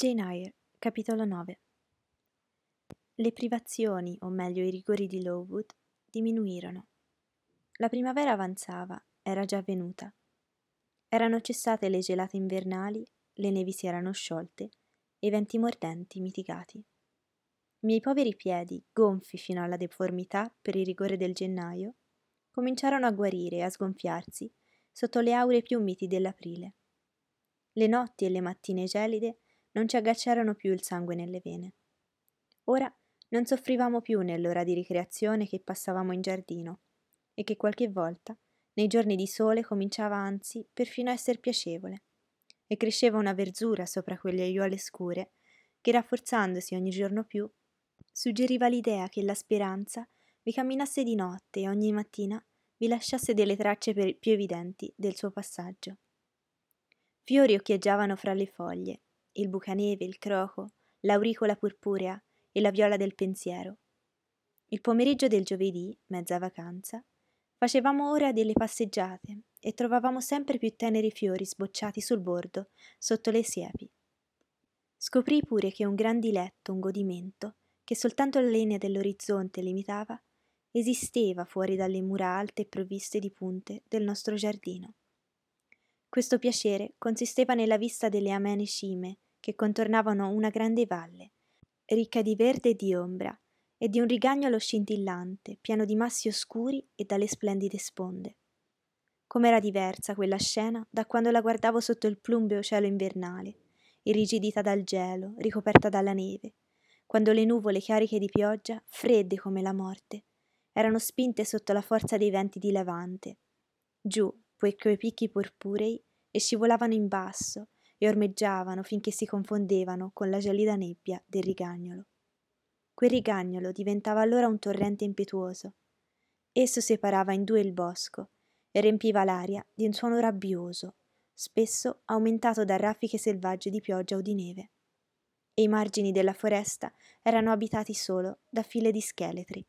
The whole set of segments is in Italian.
Jane Eyre, capitolo 9. Le privazioni, o meglio i rigori di Lowood, diminuirono. La primavera avanzava, era già venuta. Erano cessate le gelate invernali, le nevi si erano sciolte e i venti mordenti mitigati. I miei poveri piedi, gonfi fino alla deformità per il rigore del gennaio, cominciarono a guarire e a sgonfiarsi sotto le aure più miti dell'aprile. Le notti e le mattine gelide non ci agghiacciarono più il sangue nelle vene. Ora non soffrivamo più nell'ora di ricreazione che passavamo in giardino e che qualche volta, nei giorni di sole, cominciava anzi perfino a esser piacevole, e cresceva una verzura sopra quelle aiuole scure che, rafforzandosi ogni giorno più, suggeriva l'idea che la speranza vi camminasse di notte e ogni mattina vi lasciasse delle tracce più evidenti del suo passaggio. Fiori occhieggiavano fra le foglie, il bucaneve, il croco, l'auricola purpurea e la viola del pensiero. Il pomeriggio del giovedì, mezza vacanza, facevamo ora delle passeggiate e trovavamo sempre più teneri fiori sbocciati sul bordo, sotto le siepi. Scoprii pure che un gran diletto, un godimento, che soltanto la linea dell'orizzonte limitava, esisteva fuori dalle mura alte e provviste di punte del nostro giardino. Questo piacere consisteva nella vista delle amene cime che contornavano una grande valle, ricca di verde e di ombra, e di un rigagnolo scintillante, pieno di massi oscuri e dalle splendide sponde. Com'era diversa quella scena da quando la guardavo sotto il plumbeo cielo invernale, irrigidita dal gelo, ricoperta dalla neve, quando le nuvole cariche di pioggia, fredde come la morte, erano spinte sotto la forza dei venti di levante. Giù, quei picchi purpurei, e scivolavano in basso e ormeggiavano finché si confondevano con la gelida nebbia del rigagnolo. Quel rigagnolo diventava allora un torrente impetuoso. Esso separava in due il bosco e riempiva l'aria di un suono rabbioso, spesso aumentato da raffiche selvagge di pioggia o di neve. E i margini della foresta erano abitati solo da file di scheletri.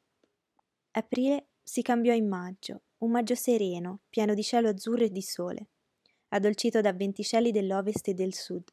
Aprile si cambiò in maggio, un maggio sereno, pieno di cielo azzurro e di sole, addolcito da venticelli dell'ovest e del sud.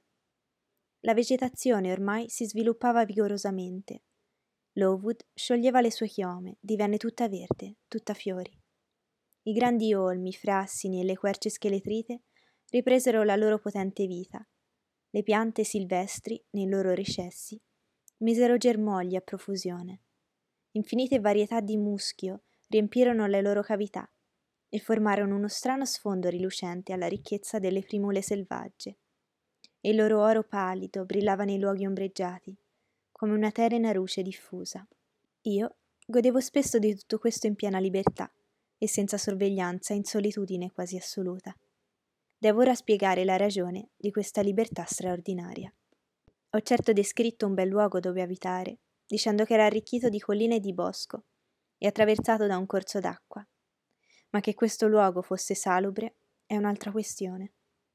La vegetazione ormai si sviluppava vigorosamente. Lowood scioglieva le sue chiome, divenne tutta verde, tutta fiori. I grandi olmi, i frassini e le querce scheletrite ripresero la loro potente vita. Le piante silvestri, nei loro recessi, misero germogli a profusione. Infinite varietà di muschio riempirono le loro cavità e formarono uno strano sfondo rilucente alla ricchezza delle primule selvagge. E il loro oro pallido brillava nei luoghi ombreggiati, come una terena luce diffusa. Io godevo spesso di tutto questo in piena libertà e senza sorveglianza, in solitudine quasi assoluta. Devo ora spiegare la ragione di questa libertà straordinaria. Ho certo descritto un bel luogo dove abitare, dicendo che era arricchito di colline e di bosco e attraversato da un corso d'acqua. Ma che questo luogo fosse salubre è un'altra questione.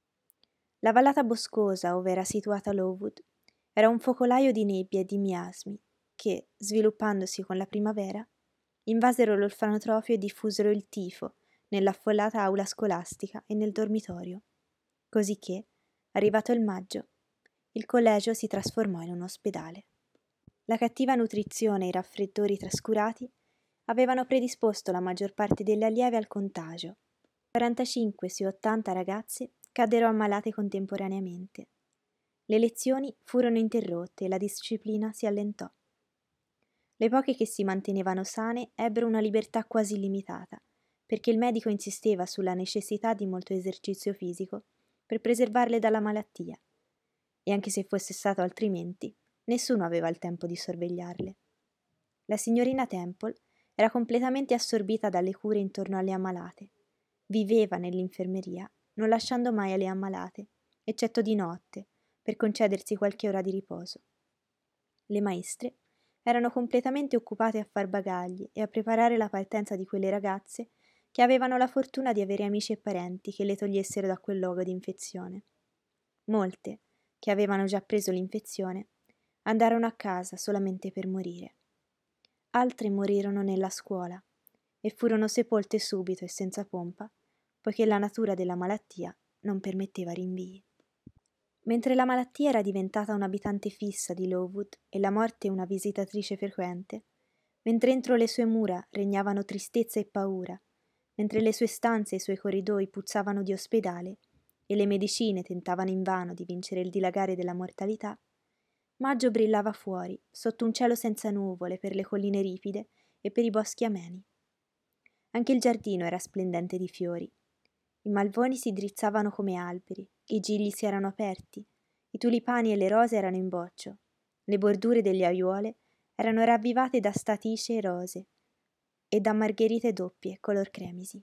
La vallata boscosa ove era situata Lowood era un focolaio di nebbie e di miasmi che, sviluppandosi con la primavera, invasero l'orfanotrofio e diffusero il tifo nell'affollata aula scolastica e nel dormitorio, così che, arrivato il maggio, il collegio si trasformò in un ospedale. La cattiva nutrizione e i raffreddori trascurati avevano predisposto la maggior parte delle allieve al contagio. 45 su 80 ragazze caddero ammalate contemporaneamente. Le lezioni furono interrotte e la disciplina si allentò. Le poche che si mantenevano sane ebbero una libertà quasi illimitata, perché il medico insisteva sulla necessità di molto esercizio fisico per preservarle dalla malattia, e anche se fosse stato altrimenti, nessuno aveva il tempo di sorvegliarle. La signorina Temple era completamente assorbita dalle cure intorno alle ammalate. Viveva nell'infermeria, non lasciando mai alle ammalate, eccetto di notte, per concedersi qualche ora di riposo. Le maestre erano completamente occupate a far bagagli e a preparare la partenza di quelle ragazze che avevano la fortuna di avere amici e parenti che le togliessero da quel luogo di infezione. Molte, che avevano già preso l'infezione, andarono a casa solamente per morire. Altre morirono nella scuola e furono sepolte subito e senza pompa, poiché la natura della malattia non permetteva rinvii. Mentre la malattia era diventata un'abitante fissa di Lowood e la morte una visitatrice frequente, mentre entro le sue mura regnavano tristezza e paura, mentre le sue stanze e i suoi corridoi puzzavano di ospedale e le medicine tentavano invano di vincere il dilagare della mortalità, maggio brillava fuori, sotto un cielo senza nuvole, per le colline ripide e per i boschi ameni. Anche il giardino era splendente di fiori. I malvoni si drizzavano come alberi, i gigli si erano aperti, i tulipani e le rose erano in boccio, le bordure delle aiuole erano ravvivate da staticie rose e da margherite doppie color cremisi.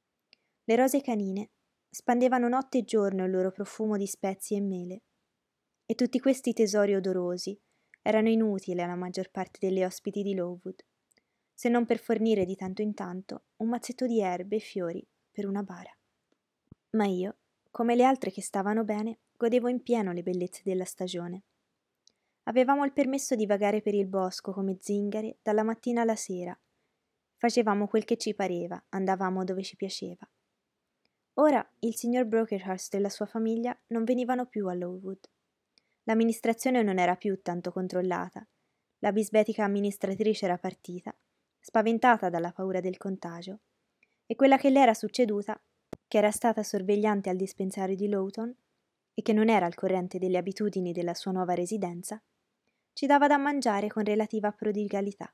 Le rose canine spandevano notte e giorno il loro profumo di spezie e mele, e tutti questi tesori odorosi erano inutili alla maggior parte delle ospiti di Lowood, se non per fornire di tanto in tanto un mazzetto di erbe e fiori per una bara. Ma io, come le altre che stavano bene, godevo in pieno le bellezze della stagione. Avevamo il permesso di vagare per il bosco come zingare dalla mattina alla sera. Facevamo quel che ci pareva, andavamo dove ci piaceva. Ora il signor Brocklehurst e la sua famiglia non venivano più a Lowood. L'amministrazione non era più tanto controllata. La bisbetica amministratrice era partita, spaventata dalla paura del contagio, e quella che le era succeduta, che era stata sorvegliante al dispensario di Lowton e che non era al corrente delle abitudini della sua nuova residenza, ci dava da mangiare con relativa prodigalità.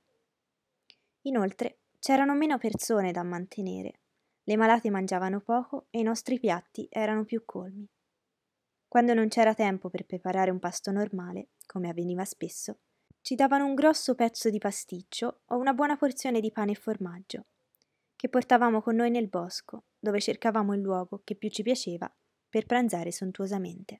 Inoltre c'erano meno persone da mantenere, le malate mangiavano poco e i nostri piatti erano più colmi. Quando non c'era tempo per preparare un pasto normale, come avveniva spesso, ci davano un grosso pezzo di pasticcio o una buona porzione di pane e formaggio, che portavamo con noi nel bosco, dove cercavamo il luogo che più ci piaceva per pranzare sontuosamente.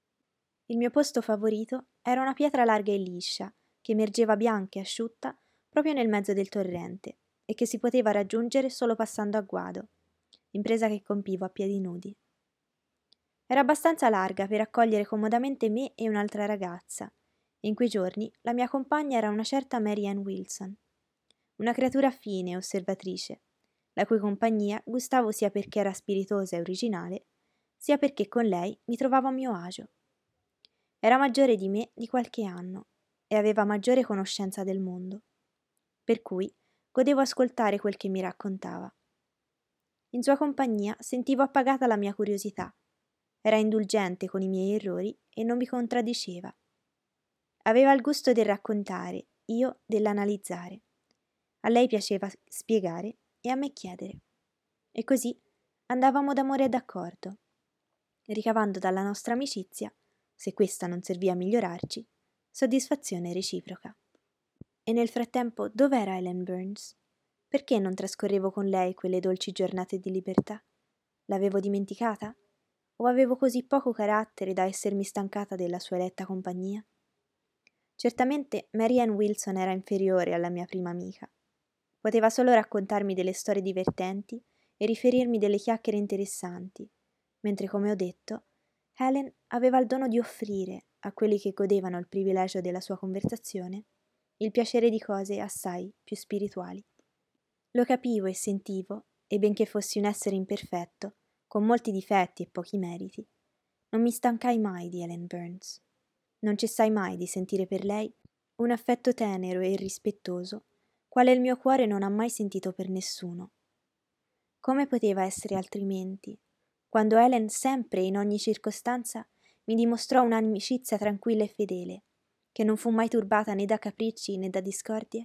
Il mio posto favorito era una pietra larga e liscia, che emergeva bianca e asciutta proprio nel mezzo del torrente e che si poteva raggiungere solo passando a guado, impresa che compivo a piedi nudi. Era abbastanza larga per accogliere comodamente me e un'altra ragazza, e in quei giorni la mia compagna era una certa Mary Ann Wilson, una creatura fine e osservatrice, la cui compagnia gustavo sia perché era spiritosa e originale, sia perché con lei mi trovavo a mio agio. Era maggiore di me di qualche anno e aveva maggiore conoscenza del mondo, per cui godevo ascoltare quel che mi raccontava. In sua compagnia sentivo appagata la mia curiosità, era indulgente con i miei errori e non mi contraddiceva. Aveva il gusto del raccontare, io dell'analizzare. A lei piaceva spiegare e a me chiedere. E così andavamo d'amore d'accordo, ricavando dalla nostra amicizia, se questa non servì a migliorarci, soddisfazione reciproca. E nel frattempo dov'era Ellen Burns? Perché non trascorrevo con lei quelle dolci giornate di libertà? L'avevo dimenticata? O avevo così poco carattere da essermi stancata della sua eletta compagnia? Certamente Mary Ann Wilson era inferiore alla mia prima amica. Poteva solo raccontarmi delle storie divertenti e riferirmi delle chiacchiere interessanti, mentre, come ho detto, Helen aveva il dono di offrire, a quelli che godevano il privilegio della sua conversazione, il piacere di cose assai più spirituali. Lo capivo e sentivo, e benché fossi un essere imperfetto, con molti difetti e pochi meriti, non mi stancai mai di Ellen Burns. Non cessai mai di sentire per lei un affetto tenero e rispettoso, quale il mio cuore non ha mai sentito per nessuno. Come poteva essere altrimenti, quando Helen sempre e in ogni circostanza mi dimostrò un'amicizia tranquilla e fedele, che non fu mai turbata né da capricci né da discordie?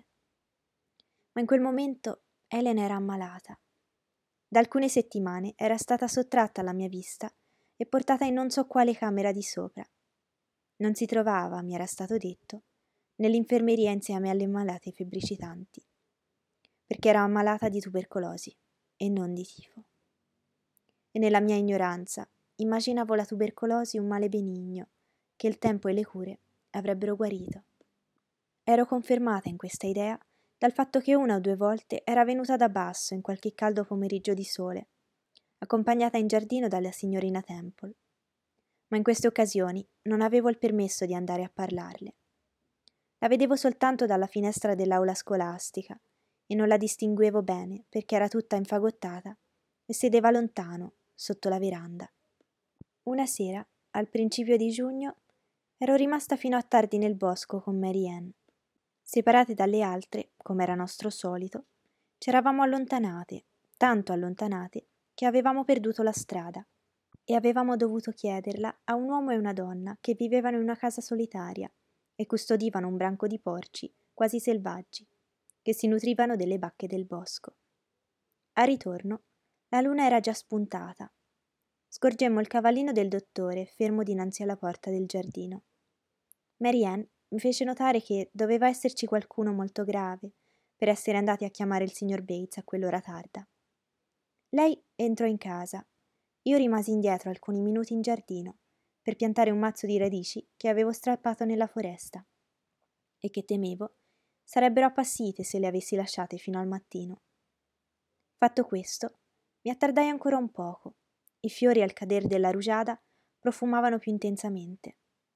Ma in quel momento Helen era ammalata. Da alcune settimane era stata sottratta alla mia vista e portata in non so quale camera di sopra. Non si trovava, mi era stato detto, nell'infermeria insieme alle malate febbricitanti, perché era ammalata di tubercolosi e non di tifo. E nella mia ignoranza immaginavo la tubercolosi un male benigno, che il tempo e le cure avrebbero guarito. Ero confermata in questa idea dal fatto che una o due volte era venuta da basso in qualche caldo pomeriggio di sole, accompagnata in giardino dalla signorina Temple. Ma in queste occasioni non avevo il permesso di andare a parlarle. La vedevo soltanto dalla finestra dell'aula scolastica e non la distinguevo bene perché era tutta infagottata e sedeva lontano, sotto la veranda. Una sera al principio di giugno, ero rimasta fino a tardi nel bosco con Mary Ann. Separate dalle altre, come era nostro solito, c'eravamo allontanate, tanto allontanate, che avevamo perduto la strada e avevamo dovuto chiederla a un uomo e una donna che vivevano in una casa solitaria e custodivano un branco di porci quasi selvaggi, che si nutrivano delle bacche del bosco. A ritorno, la luna era già spuntata. Scorgemmo il cavallino del dottore fermo dinanzi alla porta del giardino. Mary Ann mi fece notare che doveva esserci qualcuno molto grave per essere andati a chiamare il signor Bates a quell'ora tarda. Lei entrò in casa. Io rimasi indietro alcuni minuti in giardino per piantare un mazzo di radici che avevo strappato nella foresta e che temevo sarebbero appassite se le avessi lasciate fino al mattino. Fatto questo, mi attardai ancora un poco. I fiori al cader della rugiada profumavano più intensamente.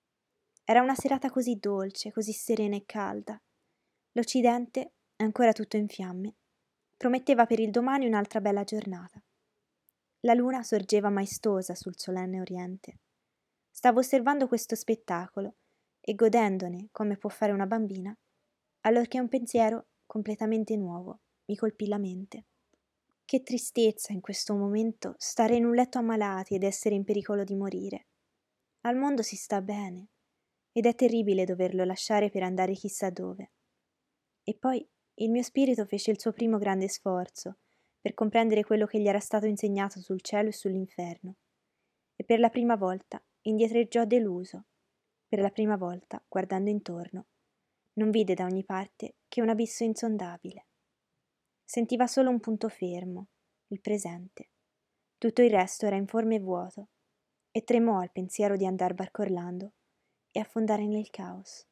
Era una serata così dolce, così serena e calda. L'Occidente, ancora tutto in fiamme, prometteva per il domani un'altra bella giornata. La luna sorgeva maestosa sul solenne oriente. Stavo osservando questo spettacolo e godendone come può fare una bambina, allorché un pensiero completamente nuovo mi colpì la mente. Che tristezza in questo momento stare in un letto ammalati ed essere in pericolo di morire. Al mondo si sta bene ed è terribile doverlo lasciare per andare chissà dove. E poi il mio spirito fece il suo primo grande sforzo per comprendere quello che gli era stato insegnato sul cielo e sull'inferno. E per la prima volta indietreggiò deluso. Per la prima volta, guardando intorno, non vide da ogni parte che un abisso insondabile. Sentiva solo un punto fermo, il presente. Tutto il resto era informe e vuoto, e tremò al pensiero di andar barcollando e affondare nel caos.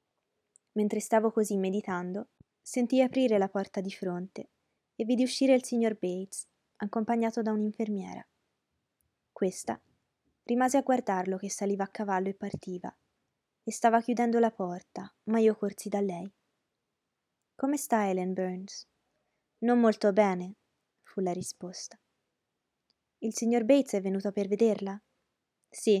Mentre stavo così meditando, sentii aprire la porta di fronte e vidi uscire il signor Bates, accompagnato da un'infermiera. Questa rimase a guardarlo che saliva a cavallo e partiva, e stava chiudendo la porta, ma io corsi da lei. «Come sta Ellen Burns?» «Non molto bene», fu la risposta. «Il signor Bates è venuto per vederla?» «Sì».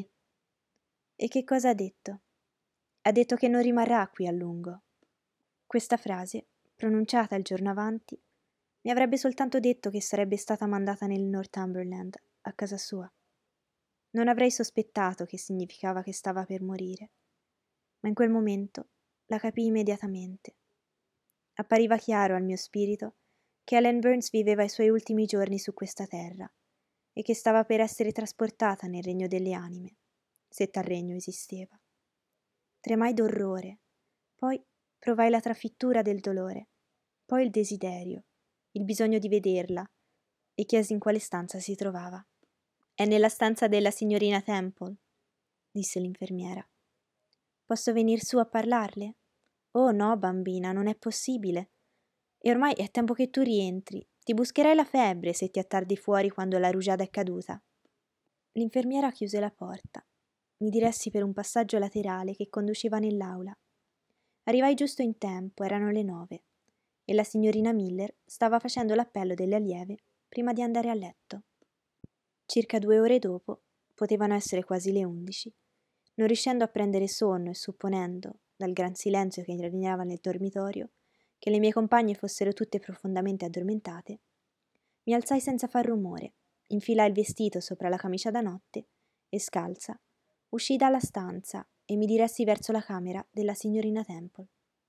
«E che cosa ha detto?» «Ha detto che non rimarrà qui a lungo». Questa frase, pronunciata il giorno avanti, mi avrebbe soltanto detto che sarebbe stata mandata nel Northumberland, a casa sua. Non avrei sospettato che significava che stava per morire, ma in quel momento la capii immediatamente. Appariva chiaro al mio spirito che Ellen Burns viveva i suoi ultimi giorni su questa terra e che stava per essere trasportata nel regno delle anime, se tal regno esisteva. Tremai d'orrore, poi provai la trafittura del dolore, poi il desiderio, il bisogno di vederla, e chiesi in quale stanza si trovava. «È nella stanza della signorina Temple», disse l'infermiera. «Posso venir su a parlarle?» «Oh no, bambina, non è possibile. E ormai è tempo che tu rientri. Ti buscherai la febbre se ti attardi fuori quando la rugiada è caduta». L'infermiera chiuse la porta. Mi diressi per un passaggio laterale che conduceva nell'aula. Arrivai giusto in tempo, erano le 9, e la signorina Miller stava facendo l'appello delle allieve prima di andare a letto. Circa 2 ore dopo, potevano essere quasi le 11, non riuscendo a prendere sonno e supponendo, dal gran silenzio che regnava nel dormitorio, che le mie compagne fossero tutte profondamente addormentate, mi alzai senza far rumore, infilai il vestito sopra la camicia da notte e, scalza, uscii dalla stanza e mi diressi verso la camera della signorina Temple.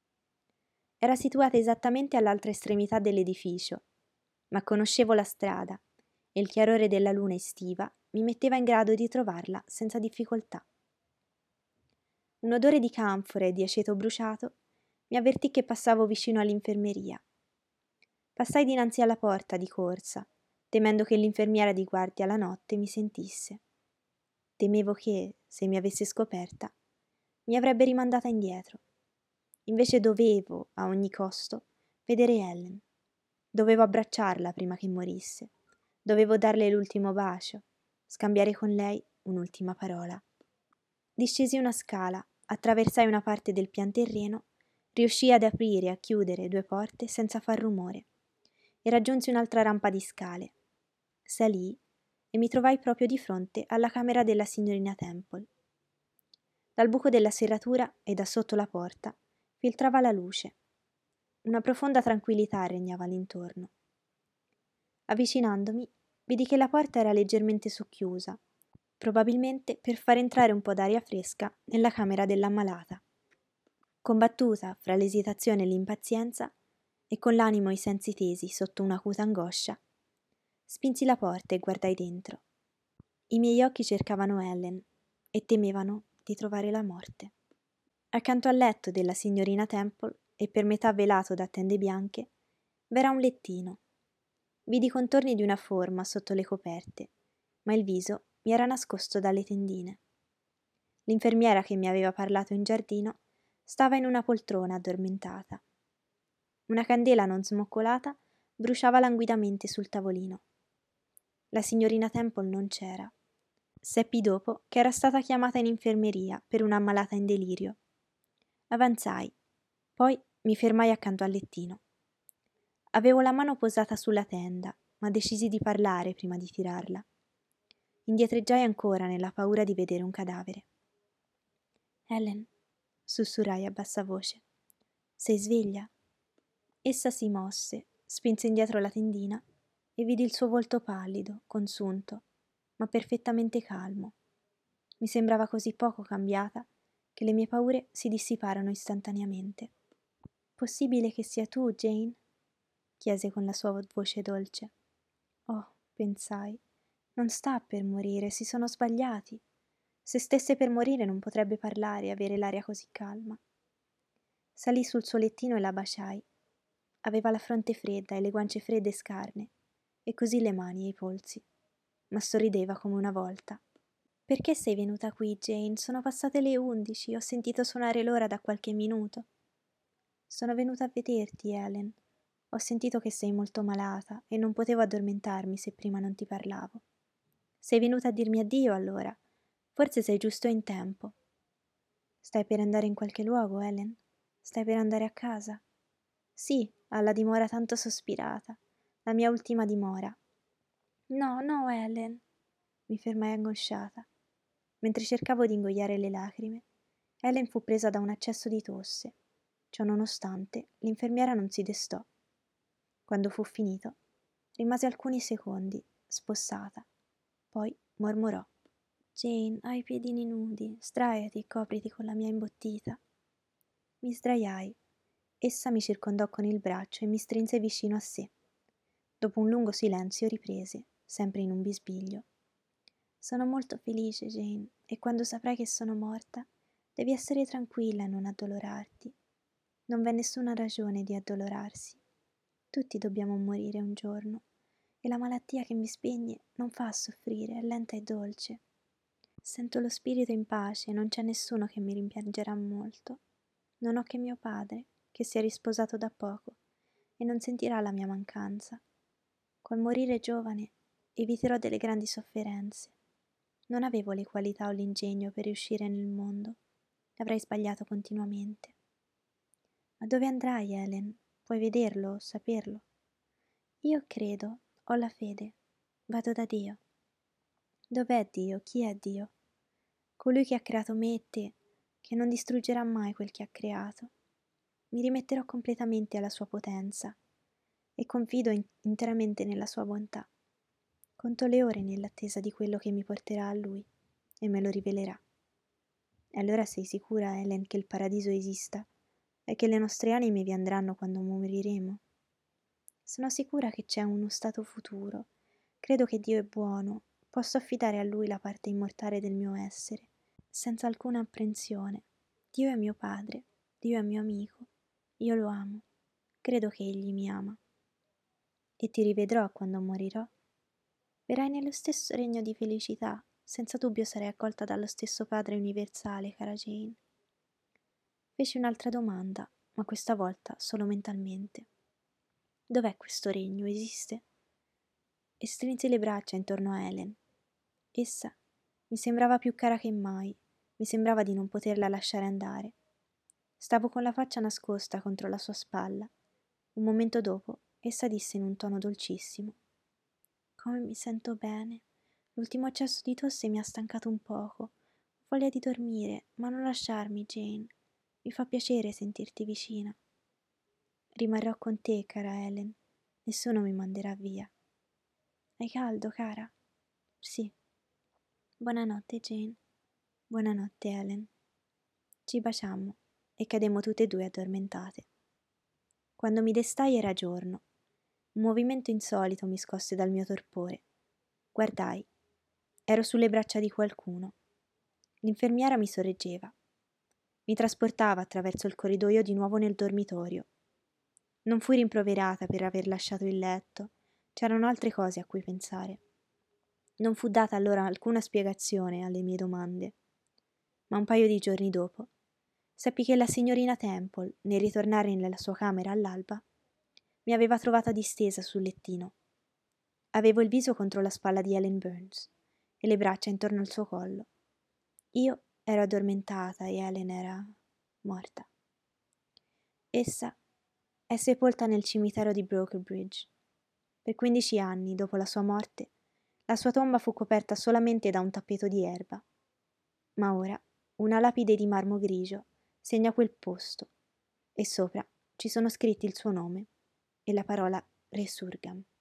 Era situata esattamente all'altra estremità dell'edificio, ma conoscevo la strada e il chiarore della luna estiva mi metteva in grado di trovarla senza difficoltà. Un odore di canfora e di aceto bruciato mi avvertì che passavo vicino all'infermeria. Passai dinanzi alla porta di corsa, temendo che l'infermiera di guardia la notte mi sentisse. Temevo che, se mi avesse scoperta, mi avrebbe rimandata indietro. Invece dovevo, a ogni costo, vedere Ellen. Dovevo abbracciarla prima che morisse. Dovevo darle l'ultimo bacio, scambiare con lei un'ultima parola. Discesi una scala, attraversai una parte del pian terreno, riuscii ad aprire e a chiudere 2 porte senza far rumore e raggiunsi un'altra rampa di scale. Salii e mi trovai proprio di fronte alla camera della signorina Temple. Dal buco della serratura e da sotto la porta filtrava la luce. Una profonda tranquillità regnava all'intorno. Avvicinandomi, vidi che la porta era leggermente socchiusa, probabilmente per far entrare un po' d'aria fresca nella camera dell'ammalata. Combattuta fra l'esitazione e l'impazienza, e con l'animo e i sensi tesi sotto un'acuta angoscia, spinsi la porta e guardai dentro. I miei occhi cercavano Ellen e temevano di trovare la morte. Accanto al letto della signorina Temple, e per metà velato da tende bianche, v'era un lettino. Vidi i contorni di una forma sotto le coperte, ma il viso mi era nascosto dalle tendine. L'infermiera che mi aveva parlato in giardino stava in una poltrona addormentata. Una candela non smoccolata bruciava languidamente sul tavolino. La signorina Temple non c'era. Seppi dopo che era stata chiamata in infermeria per una ammalata in delirio. Avanzai, poi mi fermai accanto al lettino. Avevo la mano posata sulla tenda, ma decisi di parlare prima di tirarla. Indietreggiai ancora nella paura di vedere un cadavere. Ellen, sussurrai a bassa voce, sei sveglia? Essa si mosse, spinse indietro la tendina e vidi il suo volto pallido, consunto, ma perfettamente calmo. Mi sembrava così poco cambiata che le mie paure si dissiparono istantaneamente. Possibile che sia tu, Jane? Chiese con la sua voce dolce. Oh, pensai, non sta per morire, si sono sbagliati. Se stesse per morire non potrebbe parlare e avere l'aria così calma. Salì sul suo lettino e la baciai. Aveva la fronte fredda e le guance fredde e scarne, e così le mani e i polsi, ma sorrideva come una volta. Perché sei venuta qui, Jane? Sono passate le 11, ho sentito suonare l'ora da qualche minuto. Sono venuta a vederti, Ellen. Ho sentito che sei molto malata e non potevo addormentarmi se prima non ti parlavo. Sei venuta a dirmi addio, allora. Forse sei giusto in tempo. Stai per andare in qualche luogo, Ellen? Stai per andare a casa? Sì, alla dimora tanto sospirata, la mia ultima dimora. No, no, Ellen, mi fermai angosciata. Mentre cercavo di ingoiare le lacrime, Ellen fu presa da un accesso di tosse. Ciononostante, l'infermiera non si destò. Quando fu finito, rimase alcuni secondi, spossata. Poi mormorò. Jane, hai i piedini nudi, sdraiati e copriti con la mia imbottita. Mi sdraiai. Essa mi circondò con il braccio e mi strinse vicino a sé. Dopo un lungo silenzio riprese, sempre in un bisbiglio. Sono molto felice, Jane, e quando saprai che sono morta, devi essere tranquilla e non addolorarti. Non v'è nessuna ragione di addolorarsi. Tutti dobbiamo morire un giorno, e la malattia che mi spegne non fa soffrire, è lenta e dolce. Sento lo spirito in pace e non c'è nessuno che mi rimpiangerà molto. Non ho che mio padre, che si è risposato da poco, e non sentirà la mia mancanza. Col morire giovane eviterò delle grandi sofferenze. Non avevo le qualità o l'ingegno per riuscire nel mondo. Avrei sbagliato continuamente. Ma dove andrai, Helen? Puoi vederlo, saperlo? Io credo, ho la fede. Vado da Dio. Dov'è Dio? Chi è Dio? Colui che ha creato me e te, che non distruggerà mai quel che ha creato. Mi rimetterò completamente alla sua potenza e confido interamente nella sua bontà. Conto le ore nell'attesa di quello che mi porterà a lui e me lo rivelerà. E allora sei sicura, Helen, che il paradiso esista e che le nostre anime vi andranno quando moriremo? Sono sicura che c'è uno stato futuro. Credo che Dio è buono. Posso affidare a Lui la parte immortale del mio essere, senza alcuna apprensione. Dio è mio padre, Dio è mio amico. Io lo amo. Credo che Egli mi ama. E ti rivedrò quando morirò. Verrai nello stesso regno di felicità. Senza dubbio sarai accolta dallo stesso Padre universale, cara Jane. Feci un'altra domanda, ma questa volta solo mentalmente. Dov'è questo regno? Esiste? E strinsi le braccia intorno a Helen. Essa mi sembrava più cara che mai, mi sembrava di non poterla lasciare andare. Stavo con la faccia nascosta contro la sua spalla. Un momento dopo, essa disse in un tono dolcissimo: Come mi sento bene, L'ultimo accesso di tosse mi ha stancato un poco. Ho voglia di dormire, ma non lasciarmi, Jane. Mi fa piacere sentirti vicina. Rimarrò con te, cara Helen. Nessuno mi manderà via. Hai caldo, cara? Sì. Buonanotte, Jane. Buonanotte, Helen. Ci baciammo e cademmo tutte e due addormentate. Quando mi destai era giorno. Un movimento insolito mi scosse dal mio torpore. Guardai. Ero sulle braccia di qualcuno. L'infermiera mi sorreggeva. Mi trasportava attraverso il corridoio di nuovo nel dormitorio. Non fui rimproverata per aver lasciato il letto. C'erano altre cose a cui pensare. Non fu data allora alcuna spiegazione alle mie domande. Ma un paio di giorni dopo seppi che la signorina Temple, nel ritornare nella sua camera all'alba, mi aveva trovata distesa sul lettino. Avevo il viso contro la spalla di Helen Burns e le braccia intorno al suo collo. Io ero addormentata e Helen era morta. Essa è sepolta nel cimitero di Brocklebridge. Per 15 anni dopo la sua morte, la sua tomba fu coperta solamente da un tappeto di erba. Ma ora una lapide di marmo grigio segna quel posto e sopra ci sono scritti il suo nome e la parola Resurgam.